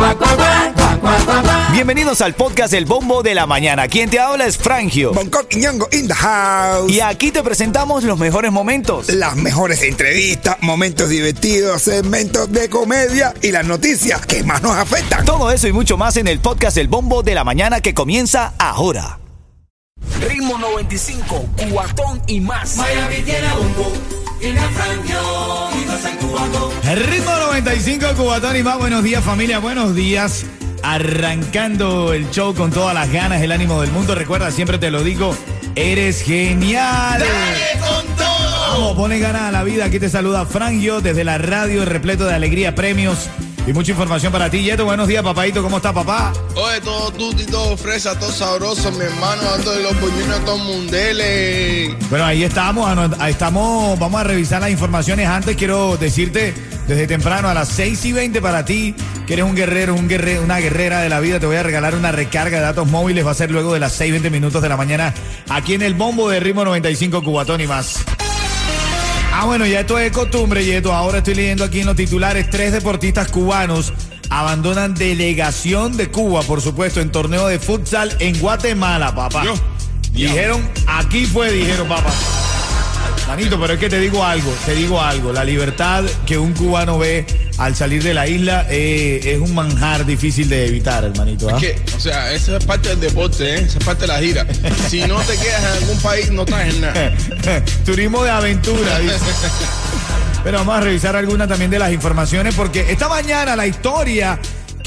Bienvenidos al podcast El Bombo de la Mañana. Quien te habla es Frangio. Bonco y Ñongo in the house. Y aquí te presentamos los mejores momentos. Las mejores entrevistas, momentos divertidos, segmentos de comedia y las noticias que más nos afectan. Todo eso y mucho más en el podcast El Bombo de la Mañana que comienza ahora. Ritmo 95, Cubatón y más. Miami tiene bombo, tiene a Frangio y más en Cubatón. El Ritmo 95, Cubatón y más. Buenos días, familia, buenos días. Arrancando el show con todas las ganas, el ánimo del mundo. Recuerda, siempre te lo digo, eres genial. ¡Dale con todo! Vamos, ponle ganas a la vida. Aquí te saluda Frangio desde la radio, repleto de alegría, premios y mucha información para ti. Yeto, buenos días, papadito. ¿Cómo está, papá? Oye, todo tutti, todo fresa, todo sabroso, mi hermano, dando de los puñones a todo mundeles. Bueno, ahí estamos, vamos a revisar las informaciones. Antes quiero decirte, desde temprano a las 6:20 para ti, que eres un guerrero, una guerrera de la vida, te voy a regalar una recarga de datos móviles. Va a ser luego de las 6:20 minutos de la mañana, aquí en el Bombo de Ritmo 95, Cubatón y más. Bueno, ya esto es costumbre, Yeto. Ahora estoy leyendo aquí en los titulares, 3 deportistas cubanos abandonan delegación de Cuba, por supuesto, en torneo de futsal en Guatemala, papá. Dijeron, papá. Manito, pero es que te digo algo, la libertad que un cubano ve al salir de la isla es un manjar difícil de evitar, hermanito. Es que, o sea, esa es parte del deporte, esa es parte de la gira. Si no te quedas en algún país, no traes nada. Turismo de aventura, dice. Pero vamos a revisar algunas también de las informaciones, porque esta mañana la historia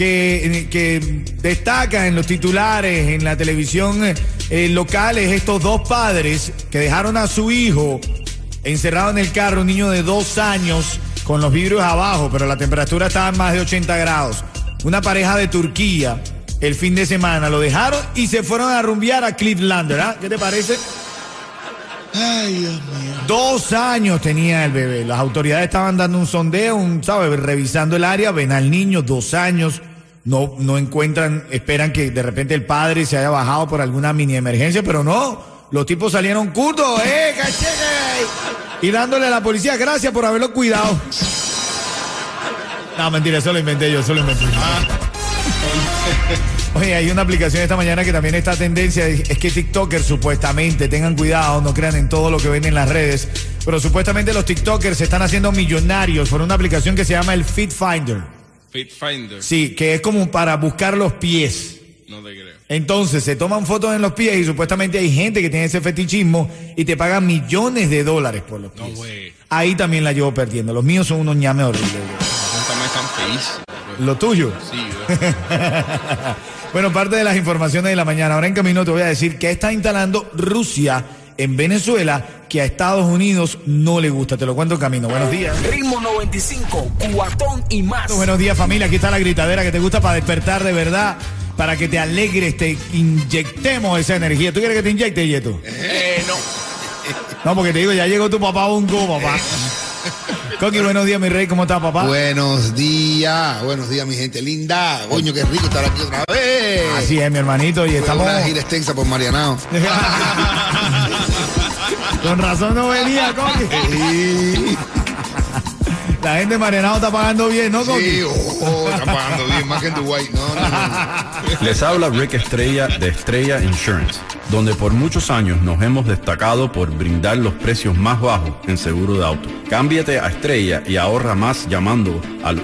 que destaca en los titulares, en la televisión local, es estos dos padres que dejaron a su hijo encerrado en el carro, un niño de 2 años, con los vidrios abajo, pero la temperatura estaba en más de 80 grados. Una pareja de Turquía, el fin de semana, lo dejaron y se fueron a rumbear a Cleveland, ¿verdad? ¿Qué te parece? Ay, Dios mío. 2 años tenía el bebé. Las autoridades estaban dando un sondeo, ¿sabes? Revisando el área, ven al niño, 2 años. No encuentran, esperan que de repente el padre se haya bajado por alguna mini emergencia, pero no. Los tipos salieron curtos, cacheque, y dándole a la policía, gracias por haberlo cuidado. No, mentira, eso lo inventé yo, Oye, hay una aplicación esta mañana que también está tendencia, es que TikTokers supuestamente, tengan cuidado, no crean en todo lo que ven en las redes, pero supuestamente los TikTokers se están haciendo millonarios por una aplicación que se llama el Fit Finder. Fit Finder. Sí, que es como para buscar los pies. No te creo. Entonces se toman fotos en los pies y supuestamente hay gente que tiene ese fetichismo y te pagan millones de dólares por los pies. No, güey. Ahí también la llevo perdiendo. Los míos son unos ñames horribles. También están feísimos. ¿Lo tuyo? Sí, güey. Bueno, parte de las informaciones de la mañana. Ahora en camino te voy a decir que está instalando Rusia en Venezuela, que a Estados Unidos no le gusta. Te lo cuento en camino. Buenos días. Ritmo 95, Cubatón y más. Buenos días, familia. Aquí está la gritadera que te gusta para despertar de verdad, para que te alegres, te inyectemos esa energía. ¿Tú quieres que te inyecte, Yeto? No. No, porque te digo, ya llegó tu papá Bongo, papá. Coqui, buenos días, mi rey. ¿Cómo estás, papá? Buenos días, mi gente linda. Coño, qué rico estar aquí otra vez. Así es, mi hermanito. Y Fue estamos... una gira extensa por Marianao. Con razón no venía, Coqui. Sí. La gente de Marianao está pagando bien, ¿no, Coqui? Sí, está pagando bien, más que en Dubái. No. Les habla Rick Estrella de Estrella Insurance, donde por muchos años nos hemos destacado por brindar los precios más bajos en seguro de auto. Cámbiate a Estrella y ahorra más llamando al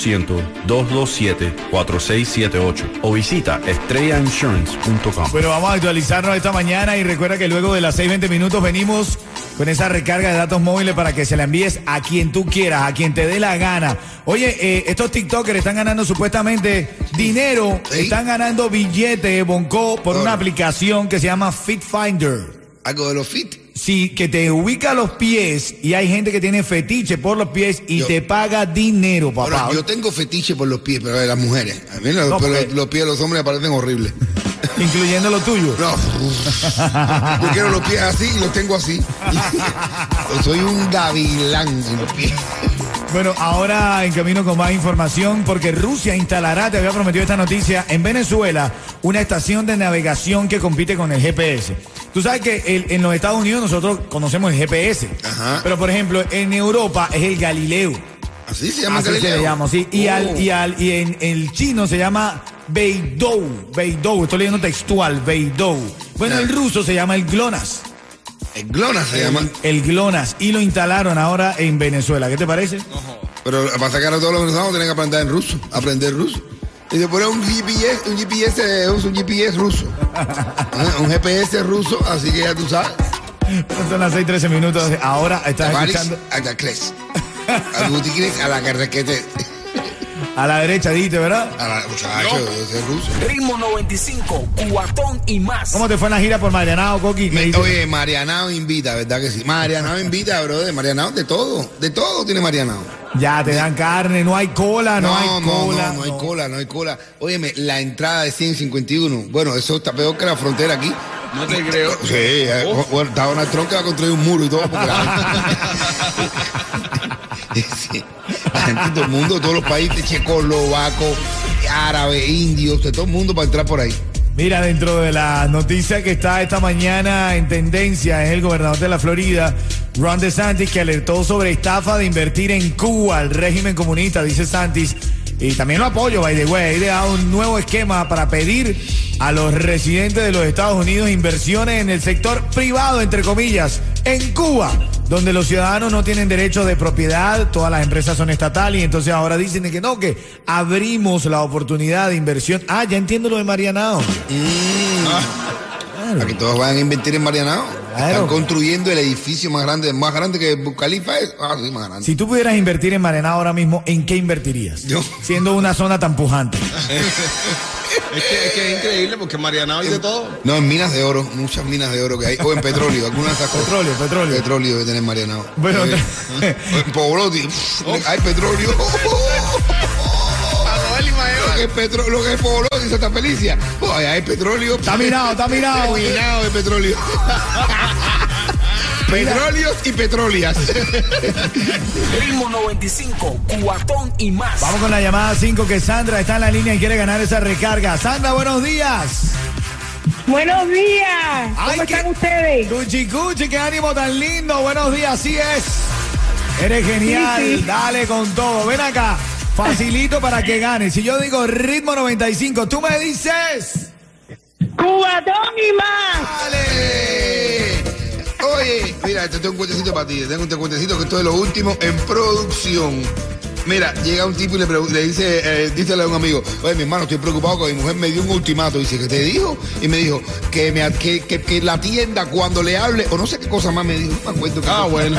1-800-227-4678 o visita estrellainsurance.com. Bueno, vamos a actualizarnos esta mañana y recuerda que luego de las 6:20 minutos venimos con esa recarga de datos móviles para que se la envíes a quien tú quieras, a quien te dé la gana. Oye, estos TikTokers están ganando supuestamente dinero, ¿Sí? Están ganando billetes, Bonco, por una aplicación que se llama Fit Finder. Algo de los fit. Sí, que te ubica los pies y hay gente que tiene fetiche por los pies y te paga dinero, papá. Ahora, yo tengo fetiche por los pies, pero de las mujeres. A mí los pies de los hombres me parecen horribles. Incluyendo los tuyos. No. Yo quiero los pies así y los tengo así. Soy un gavilán en los pies. Bueno, ahora en camino con más información porque Rusia instalará, te había prometido esta noticia, en Venezuela, una estación de navegación que compite con el GPS. Tú sabes que en los Estados Unidos nosotros conocemos el GPS. Ajá. Pero por ejemplo, en Europa es el Galileo. Así se llama Así se Galileo. le llama, sí. Y en el chino se llama Beidou. Estoy leyendo textual, Beidou. Bueno, el ruso se llama el GLONASS. El GLONASS se llama. El GLONASS. Y lo instalaron ahora en Venezuela. ¿Qué te parece? Pero para sacar a todos los venezolanos tienen que aprender ruso. Y se pone un GPS ruso. Un GPS ruso, así que ya tú sabes. Son las 6:13 minutos. Ahora estás escuchando. A la carrequete. A la derecha, dite, ¿verdad? A la muchacho, ese es ruso. Ritmo 95, Cubatón y más. ¿Cómo te fue en la gira por Marianao, Coqui? Oye, Marianao invita, ¿verdad que sí? Marianao invita, brother. Marianao, de todo tiene Marianao. Ya te dan carne, no hay cola, no hay cola. Óyeme, la entrada de 151, bueno, eso está peor que la frontera aquí. No te creo. Sí, bueno, está Donald Trump que va a construir un muro y todo. Porque sí, la gente, todo el mundo, todos los países, checoslovacos, árabes, indios, de todo el mundo para entrar por ahí. Mira, dentro de la noticia que está esta mañana en tendencia es el gobernador de la Florida, Ron DeSantis, que alertó sobre estafa de invertir en Cuba, el régimen comunista, dice Santis. Y también lo apoyo, by the way. He dado un nuevo esquema para pedir a los residentes de los Estados Unidos inversiones en el sector privado, entre comillas, en Cuba, donde los ciudadanos no tienen derechos de propiedad, todas las empresas son estatales, y entonces ahora dicen que no, que abrimos la oportunidad de inversión. Ya entiendo lo de Marianao. Para que todos vayan a invertir en Marianao. Claro. Están construyendo el edificio más grande que Burj Khalifa es. Sí, más grande. Si tú pudieras invertir en Marianao ahora mismo, ¿en qué invertirías? Yo. Siendo una zona tan pujante. Es que es increíble porque Marianao hay de todo. No, en minas de oro, muchas minas de oro que hay. O en petróleo, algunas de esas cosas. Petróleo. Petróleo debe tener Marianao. Bueno, O en Pavarotti, hay petróleo. Lo que es Pavarotti, Santa Felicia. Allá hay petróleo. Está minado. Minado de petróleo. Petróleos y petroleas. Ritmo 95, Cubatón y más. vamos con la llamada 5, que Sandra está en la línea y quiere ganar esa recarga. Sandra, buenos días. Buenos días. ¿Cómo están ustedes? Cuchi, qué ánimo tan lindo. Buenos días, así es. Eres genial. Sí. Dale con todo. Ven acá. Facilito para que ganes. Si yo digo ritmo 95, tú me dices. Cubatón y más. ¡Dale! Oye, mira, te tengo un cuentecito para ti. Tengo un cuentecito que esto es lo último en producción. Mira, llega un tipo y le dice, dísele a un amigo, oye, mi hermano, estoy preocupado que mi mujer me dio un ultimato. Dice, ¿qué te dijo? Y me dijo que la tienda cuando le hable, o no sé qué cosa más me dijo, no me acuerdo. Bueno.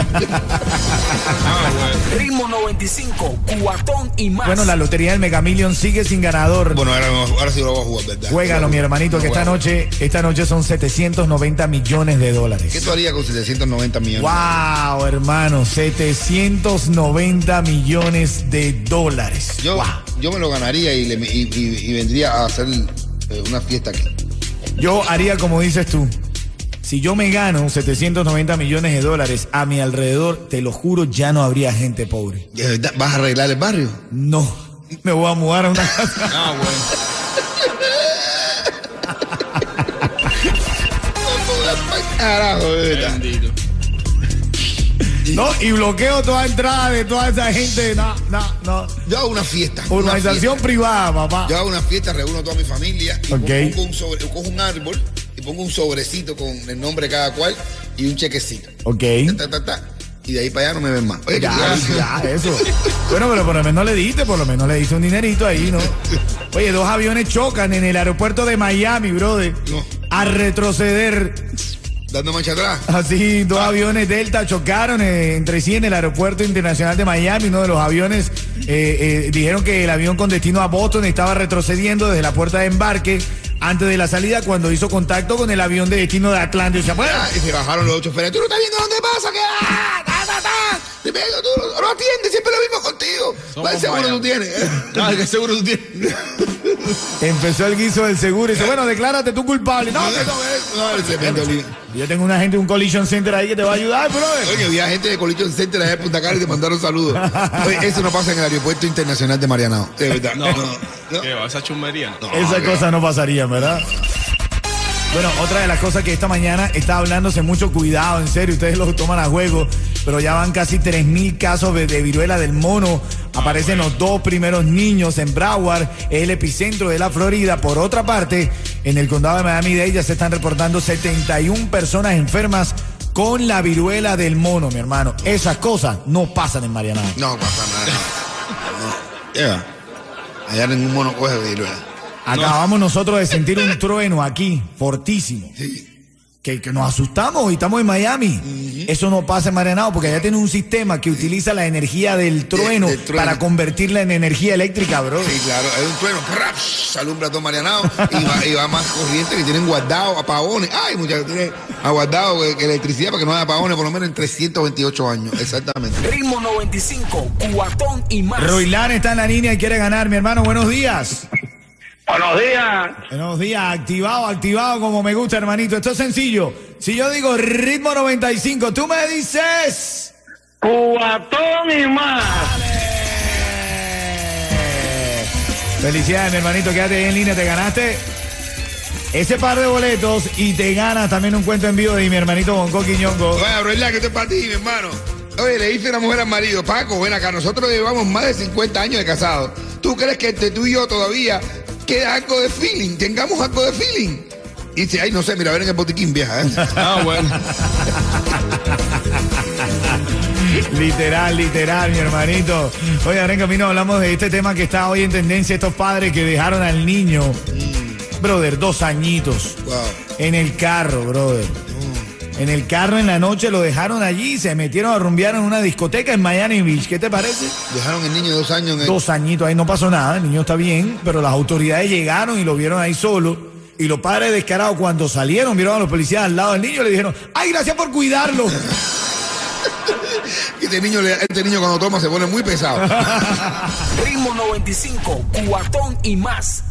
Ritmo 95, Cubatón y más. Bueno, la lotería del Mega Million sigue sin ganador. Bueno, ahora sí lo voy a jugar, ¿verdad? Juégalo, mi hermanito, que esta noche son $790 millones. ¿Qué tú harías con 790 millones? Wow, hermano, $790 millones. Yo me lo ganaría y vendría a hacer una fiesta aquí. Yo haría como dices tú. Si yo me gano $790 millones, a mi alrededor, te lo juro, ya no habría gente pobre. ¿De verdad? ¿Vas a arreglar el barrio? No, me voy a mudar a una casa. Carajo, de verdad. Bendito. No, y bloqueo toda entrada de toda esa gente. No. Yo hago una fiesta. Urbanización privada, papá. Yo hago una fiesta, reúno a toda mi familia y Ok. cojo un árbol y pongo un sobrecito con el nombre de cada cual y un chequecito. Ok. Y de ahí para allá no me ven más. Oye, Ya, eso. Bueno, pero por lo menos le diste un dinerito ahí, ¿no? Oye, 2 aviones chocan en el aeropuerto de Miami, brother. No. A retroceder. Dando marcha atrás. Así, 2 aviones Delta chocaron entre sí en el aeropuerto internacional de Miami. Uno de los aviones dijeron que el avión con destino a Boston estaba retrocediendo desde la puerta de embarque antes de la salida cuando hizo contacto con el avión de destino de Atlanta. Y se fue. Y se bajaron los 8 choferes. Tú no estás viendo dónde pasa, que tú no atiendes, siempre lo mismo contigo. ¿Cuál seguro tú tienes? ¿Qué seguro tú tienes? Empezó el guiso del seguro y dice, bueno, declárate tú culpable. No, yo tengo una gente de un collision center ahí que te va a ayudar, brother. Oye, había gente de Collision Center allá de Punta Cana y te mandaron saludos. Oye, eso no pasa en el aeropuerto internacional de Marianao. De verdad. No. ¿Qué va? Esa chumbería. Esas cosas no pasarían, ¿verdad? Bueno, otra de las cosas que esta mañana está hablándose mucho, cuidado, en serio, ustedes lo toman a juego, pero ya van casi 3.000 casos de viruela del mono. Aparecen los 2 primeros niños en Broward, es el epicentro de la Florida. Por otra parte, en el condado de Miami-Dade ya se están reportando 71 personas enfermas con la viruela del mono, mi hermano. Esas cosas no pasan en Marianao. No pasa nada. No. Allá ningún mono coge viruela. Acabamos nosotros de sentir un trueno aquí, fortísimo. Sí. Que nos asustamos y estamos en Miami. Eso no pasa en Marianao porque allá tiene un sistema que utiliza la energía del trueno, para convertirla en energía eléctrica, bro. Sí, claro, es un trueno, alumbra todo Marianao y va más corriente, que tienen guardados apagones. Ay, muchachos, tienen aguardado electricidad para que no haya apagones por lo menos en 328 años. Exactamente. Ritmo 95, Cubatón y más. Roilán está en la línea y quiere ganar, mi hermano. Buenos días. Buenos días. Buenos días, activado como me gusta, hermanito. Esto es sencillo. Si yo digo ritmo 95, tú me dices... Cubatón y más. Felicidades, mi hermanito, quédate ahí en línea, te ganaste ese par de boletos y te ganas también un cuento en vivo de mi hermanito Bonco Quiñongo. Oye, Roilán, que esto es para ti, mi hermano. Oye, le dice una mujer al marido, Paco, ven acá, nosotros llevamos más de 50 años de casados. ¿Tú crees que entre tú y yo todavía queda algo de feeling? ¿Tengamos algo de feeling? Y dice, ay, no sé, mira, a ver en el botiquín, vieja, ¿eh? Ah, bueno. Literal, mi hermanito. Oye, ahora en camino hablamos de este tema que está hoy en tendencia, estos padres que dejaron al niño, brother, 2 añitos, Wow. en el carro, brother. En el carro en la noche lo dejaron allí y se metieron a rumbear en una discoteca en Miami Beach. ¿Qué te parece? Dejaron el niño de 2 años en el... 2 añitos, ahí no pasó nada, el niño está bien, pero las autoridades llegaron y lo vieron ahí solo. Y los padres descarados cuando salieron, vieron a los policías al lado del niño y le dijeron, ¡ay, gracias por cuidarlo! Este niño cuando toma se pone muy pesado. Ritmo 95, Cubatón y más.